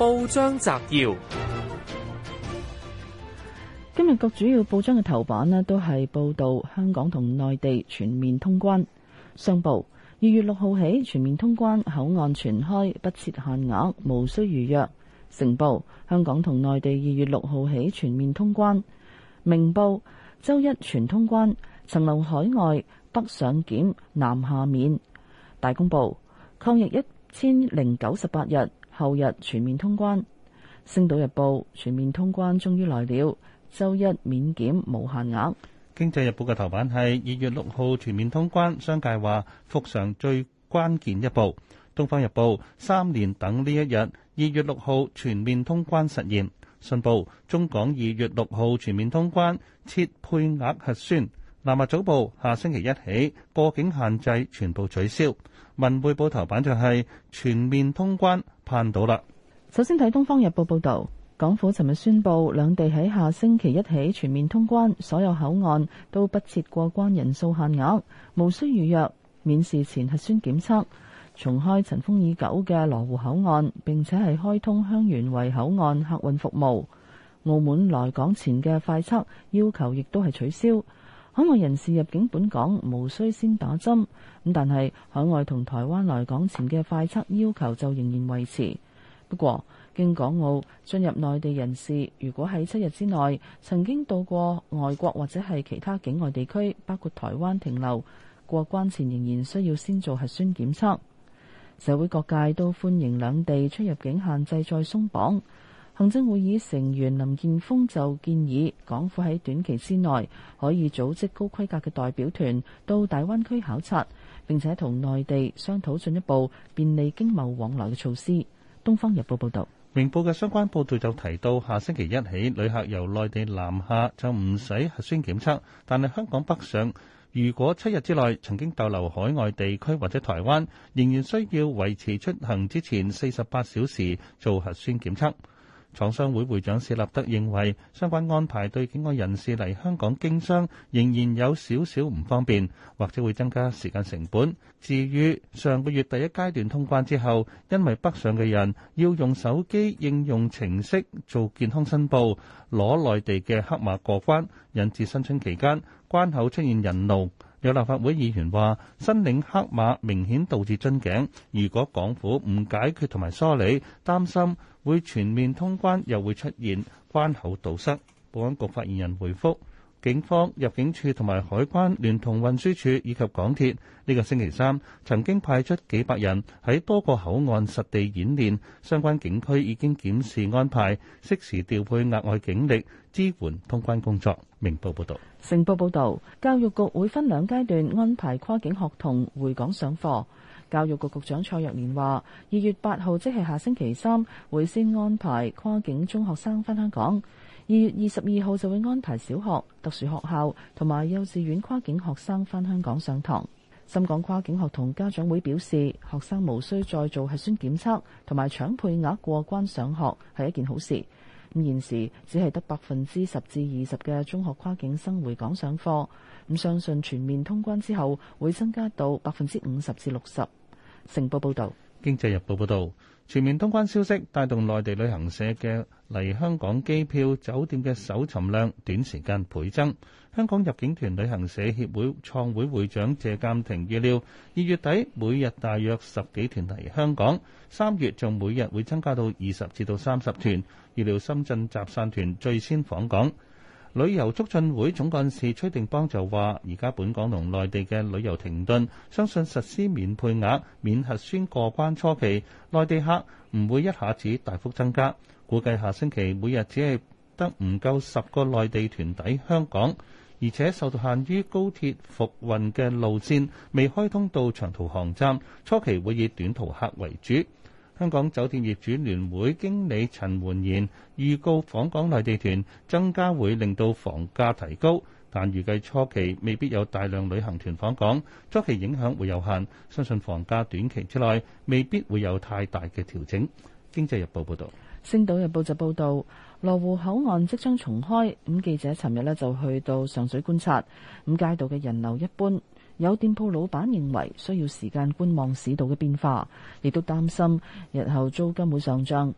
報章摘要： 今日各主要報章嘅頭版呢都係報道香港同內地全面通關。商報2月6號起全面通關，口岸全開，不設限額，無需預約。成報香港同內地2月6號起全面通關。明報周一全通關，層樓海外北上檢，南下免。大公報抗疫1098日，後日全面通關。星島日報全面通關終於來了，周一免檢無限額。 經濟日報嘅頭版係2月6號全面通關，商界話復常最關鍵一步。東方日報3年等呢一日，2月6號全面通關實現。信報中港2月6號全面通關，設配額核酸。南華早報下星期一起過境限制全部取消。文匯報頭版就係全面通關盼到啦。 首先睇東方日報報道。港府尋日宣布，兩地喺下星期一起全面通關，所有口岸都不設過關人數限額，無需預約，免事前核酸檢測，重開塵封已久嘅羅湖口岸，並且係開通香園圍口岸客運服務。澳門來港前嘅快測要求亦都係取消，海外人士入境本港無需先打針，但係海外同台灣來港前嘅快測要求就仍然維持。不過，經港澳進入內地人士，如果喺7日之內曾經到過外國或者係其他境外地區，包括台灣停留，過關前仍然需要先做核酸檢測。社會各界都歡迎兩地出入境限制再鬆綁。行政會議成員林健鋒就建議，港府喺短期之內可以組織高規格嘅代表團到大灣區考察，並且同內地商討進一步便利經貿往來嘅措施。東方日報報道。 明報嘅相關報導就提到，下星期一起，旅客由內地南下就唔使核酸檢測，但係香港北上，如果7日之內曾經逗留海外地區或者台灣，仍然需要維持出行之前48小時做核酸檢測。廠商會會長史立德認為，相關安排對境外人士嚟香港經商仍然有少少唔方便，或者會增加時間成本。至於上個月第一階段通關之後，因為北上嘅人要用手機應用程式做健康申報，攞內地嘅黑碼過關，引致新春期間關口出現人龍。有立法會議員話，申領黑碼明顯導致樽頸，如果港府唔解決同埋梳理，擔心會全面通關又會出現關口堵塞。保安局發言人回覆，警方、入境處同埋海關聯同運輸署以及港鐵呢個星期三曾經派出幾百人喺多個口岸實地演練，相關警區已經檢視安排，適時調配額外警力支援通關工作。明報報道。 成報報導，教育局會分2階段安排跨境學童回港上課。教育局局長蔡若蓮話，2月8號即係下星期三，會先安排跨境中學生返香港；2月22號就會安排小學、特殊學校同埋幼稚園跨境學生返香港上堂。深港跨境學童家長會表示，學生無需再做核酸檢測同埋搶配額過關上學係一件好事。咁現時只係得10%至20%嘅中學跨境生回港上課，咁相信全面通關之後會增加到50%至60%。成報報導。 經濟日報報導，全面通關消息帶動內地旅行社嘅嚟香港機票、酒店嘅搜尋量短時間倍增。香港入境團旅行社協會創會會長謝鑑庭預料，2月底每日大約10幾團嚟香港，3月就每日會增加到20至到30團。預料深圳集散團最先訪港。旅遊促進會總幹事崔定邦就話，而家本港同內地嘅旅遊停頓，相信實施免配額、免核酸過關初期，內地客唔會一下子大幅增加。估計下星期每日只係得唔夠10個內地團抵香港，而且受到限於高鐵復運嘅路線，未開通到長途航站，初期會以短途客為主。香港酒店業主聯會經理陳煥賢預告，訪港內地團增加會令到房價提高，但預計初期未必有大量旅行團訪港，初期影響會有限，相信房價短期之內未必會有太大嘅調整。經濟日報報導。 星島日報就報導，羅湖口岸即將重開，記者尋日就去到上水觀察，街道嘅人流一般。有店鋪老闆認為需要時間觀望市道嘅變化，亦都擔心日後租金會上漲。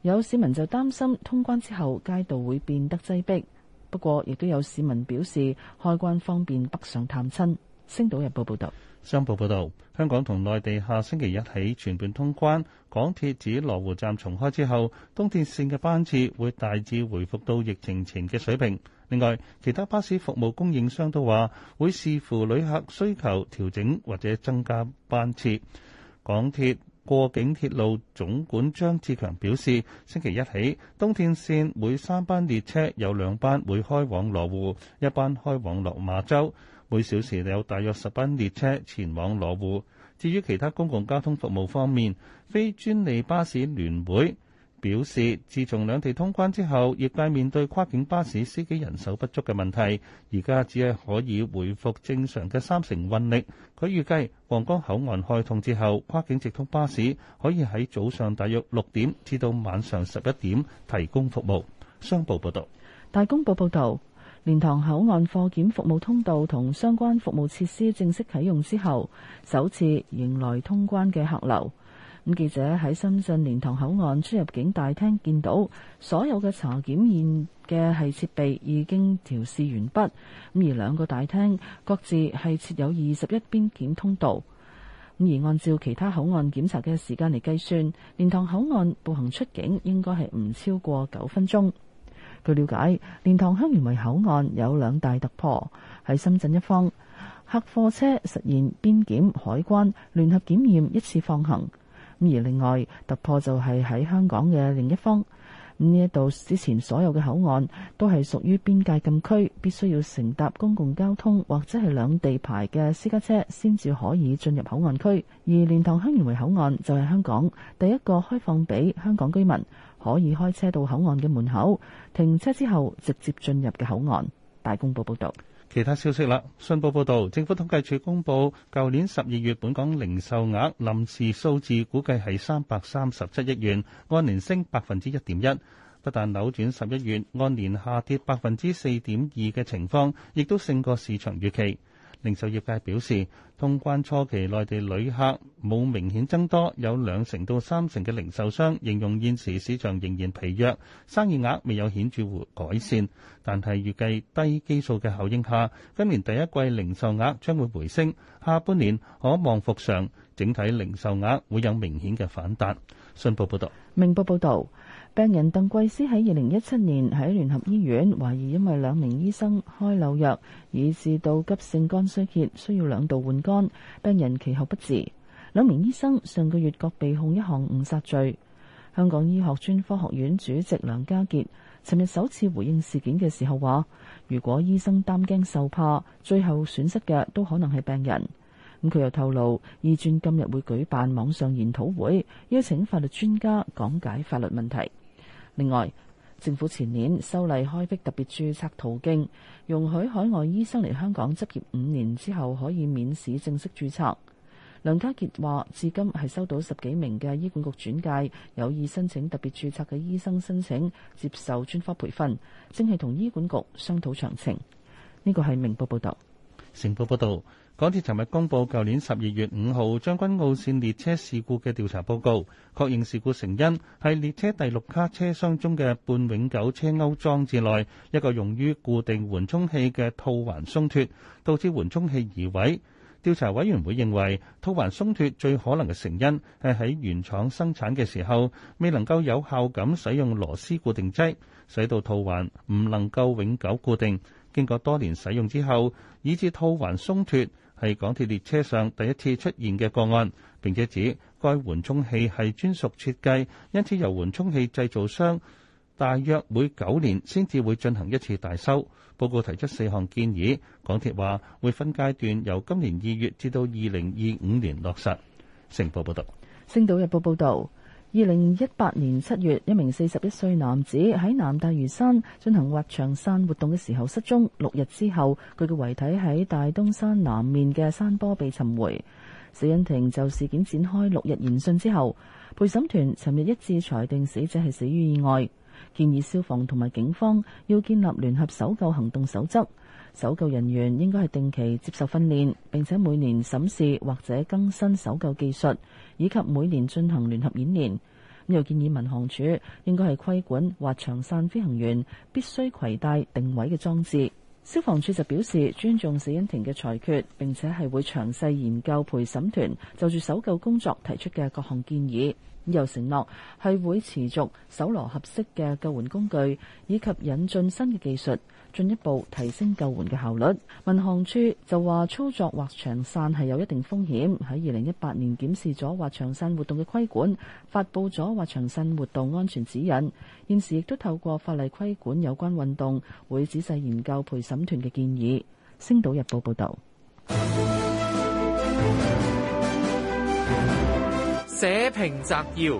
有市民就擔心通關之後街道會變得擠迫，不過亦都有市民表示開關方便北上探親。星島日報報道。 商報報導，香港同內地下星期一起全面通關。港鐵指羅湖站重開之後，東鐵線嘅班次會大致回復到疫情前嘅水平。另外，其他巴士服務供應商都話會視乎旅客需求調整或者增加班次。港鐵過境鐵路總管張志強表示，星期一起，東鐵線每3班列車有2班會開往羅湖，1班開往落馬洲。每小時有大約10班列車前往羅湖。至於其他公共交通服務方面，非專利巴士聯會表示，自從兩地通關之後，業界面對跨境巴士司機人手不足嘅問題，而家只係可以回復正常嘅30%運力。佢預計皇崗口岸開通之後，跨境直通巴士可以喺早上大約6點至到晚上11點提供服務。商報報道。 大公報報導。蓮塘口岸貨檢服務通道同相關服務設施正式啟用之後，首次迎來通關嘅客流。咁記者喺深圳蓮塘口岸出入境大廳見到，所有嘅查檢驗嘅設備已經調試完畢。咁而2個大廳各自係設有21邊檢通道。咁而按照其他口岸檢查嘅時間嚟計算，蓮塘口岸步行出境應該係唔超過9分鐘。據了解，蓮塘香園圍口岸有2大突破，喺深圳一方，客貨車實現邊檢海關聯合檢驗一次放行；咁而另外突破就係喺香港嘅另一方。呢一度之前所有嘅口岸都係屬於邊界禁區，必須要乘搭公共交通或者係兩地牌嘅私家車先至可以進入口岸區。而蓮塘香園圍口岸就係香港第一個開放俾香港居民可以開車到口岸嘅門口停車之後直接進入嘅口岸。大公報報道。 其他消息啦，信報報導，政府統計處公佈，舊年12月本港零售額臨時數字估計係337億元，按年升1.1%，不但扭轉11月按年下跌4.2%嘅情況，亦都勝過市場預期。零售業界表示，通關初期內地旅客冇明顯增多，有2成到3成嘅零售商形容現時市場仍然疲弱，生意額未有顯著改善。但係預計低基數嘅效應下，今年第一季零售額將會回升，下半年可望復常，整體零售額會有明顯嘅反彈。信報報道。 明報報導。病人鄧桂思喺2017年喺聯合醫院懷疑因為2名醫生開漏藥，以致到急性肝衰竭，需要2度換肝。病人其後不治。2名醫生上個月各被控一項誤殺罪。香港醫學專科學院主席梁家傑尋日首次回應事件嘅時候話，如果醫生擔驚受怕，最後損失嘅都可能係病人。咁佢又透露，醫專今日會舉辦網上研討會，邀請法律專家講解法律問題。另外，政府前年修例開闢特別註冊途徑，容許海外醫生嚟香港執業5年之後可以免試正式註冊。梁家傑話，至今係收到10幾名嘅醫管局轉介有意申請特別註冊嘅醫生申請接受專科培訓，正係同醫管局商討詳情。呢個係明報報導。 成報報導。港鐵尋日公佈舊年12月5號將軍澳線列車事故嘅調查報告，確認事故成因係列車第6卡車廂中嘅半永久車鈎裝置內一個用於固定緩衝器嘅套環鬆脱，導致緩衝器移位。調查委員會認為，套環鬆脱最可能嘅成因係喺原廠生產嘅時候未能夠有效咁使用螺絲固定劑，使到套環唔能夠永久固定。經過多年使用之後，以致套環鬆脱，係港鐵列車上第一次出現嘅個案。並且指該緩衝器係專屬設計，因此由緩衝器製造商大約每9年先至會進行一次大修。報告提出4項建議，港鐵話會分階段由今年2月至到2025年落實。成報報道。 星島日報報導。2018年7月，一名41歲男子喺南大嶼山進行滑翔傘活動嘅時候失蹤，6日之後，佢嘅遺體喺大東山南面嘅山坡被尋回。死因庭就事件展開6日研訊之後，陪審團尋日一致裁定死者係死於意外，建議消防同埋警方要建立聯合搜救行動守則，搜救人員應該係定期接受訓練，並且每年審視或者更新搜救技術，以及每年進行聯合演練。 又建議民航處應該係規管滑翔傘飛行員必須攜帶定位嘅裝置。消防處就表示尊重死因庭嘅裁決，並且係會詳細研究陪審團就住搜救工作提出嘅各項建議。又承諾係會持續搜羅合適嘅救援工具，以及引進新嘅技術，進一步提升救援嘅效率。民航處就話操作滑翔傘係有一定風險，喺2018年檢視咗滑翔傘活動嘅規管，發布咗滑翔傘活動安全指引。現時亦都透過法例規管有關運動，會仔細研究陪審團嘅建議。星島日報報道。 社評摘要：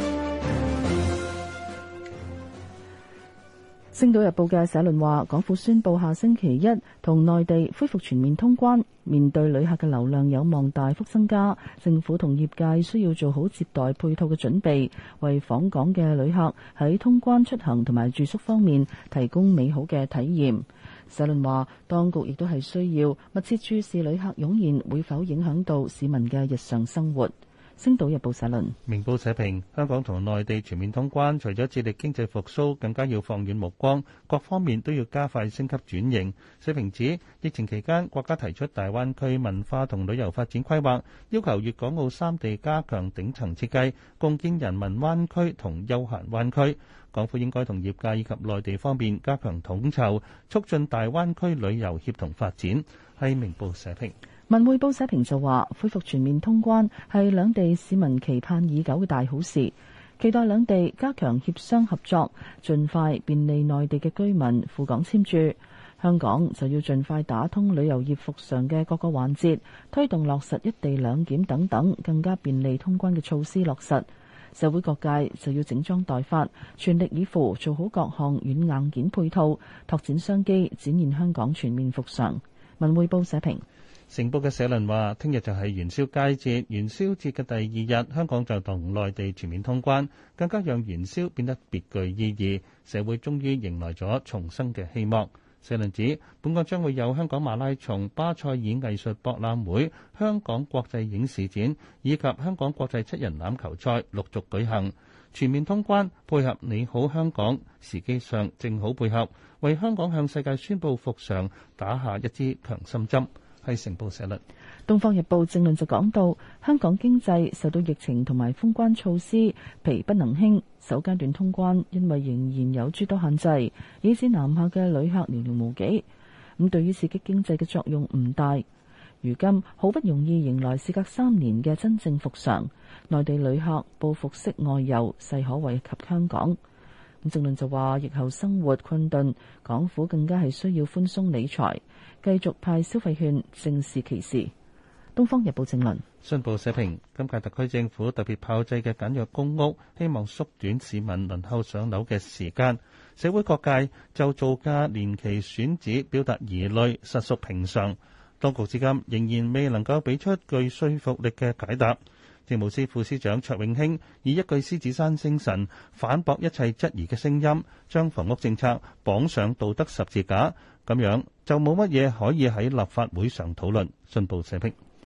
星島日報嘅社論話，港府宣布下星期一同內地恢復全面通關，面對旅客嘅流量有望大幅增加，政府同業界需要做好接待配套嘅準備，為訪港嘅旅客喺通關出行同埋住宿方面提供美好嘅體驗。社論話，當局亦都係需要密切注視旅客湧現會否影響到市民嘅日常生活。星島日報社論。 明報社評：香港同內地全面通關，除咗致力經濟復甦，更加要放遠目光，各方面都要加快升級轉型。社評指，疫情期間國家提出大灣區文化同旅遊發展規劃，要求粵港澳三地加強頂層設計，共建人民灣區同休閒灣區。港府應該同業界以及內地方面加強統籌，促進大灣區旅遊協同發展。係明報社評。 文匯報社評就話，恢復全面通關係兩地市民期盼已久嘅大好事，期待兩地加強協商合作，盡快便利內地嘅居民赴港簽注。香港就要盡快打通旅遊業復常嘅各個環節，推動落實一地兩檢等等更加便利通關嘅措施落實。社會各界就要整裝待發，全力以赴做好各項軟硬件配套，拓展商機，展現香港全面復常。文匯報社評。 成報嘅社論話，聽日就係元宵佳節，元宵節嘅第二日，香港就同內地全面通關，更加讓元宵變得別具意義，社會終於迎來咗重生嘅希望。社論指，本港將會有香港馬拉松、巴塞爾藝術博覽會、香港國際影視展以及香港國際七人欖球賽陸續舉行。全面通關配合你好香港，時機上正好配合，為香港向世界宣佈復常打下一支強心針。係成報社論。《 東方日報》正論就講到，香港經濟受到疫情同埋封關措施疲不能興，首階段通關因為仍然有諸多限制，以致南下嘅旅客寥寥無幾。咁對於刺激經濟嘅作用唔大。如今好不容易迎來事隔3年嘅真正復常，內地旅客報復式外遊勢可惠及香港。咁正論就話，疫後生活困頓，港府更加係需要寬鬆理財，繼續派消費券，正視其事。《東方日報》正論。 信報社評：今屆特區政府特別炮製嘅簡約公屋，希望縮短市民輪候上樓嘅時間。社會各界就造價年期選址表達疑慮，實屬平常。當局至今仍然未能夠俾出具說服力嘅解答。政務司副司長卓永興以一句獅子山精神反駁一切質疑嘅聲音，將房屋政策綁上道德十字架，咁樣就冇乜嘢可以喺立法會上討論。信報社評。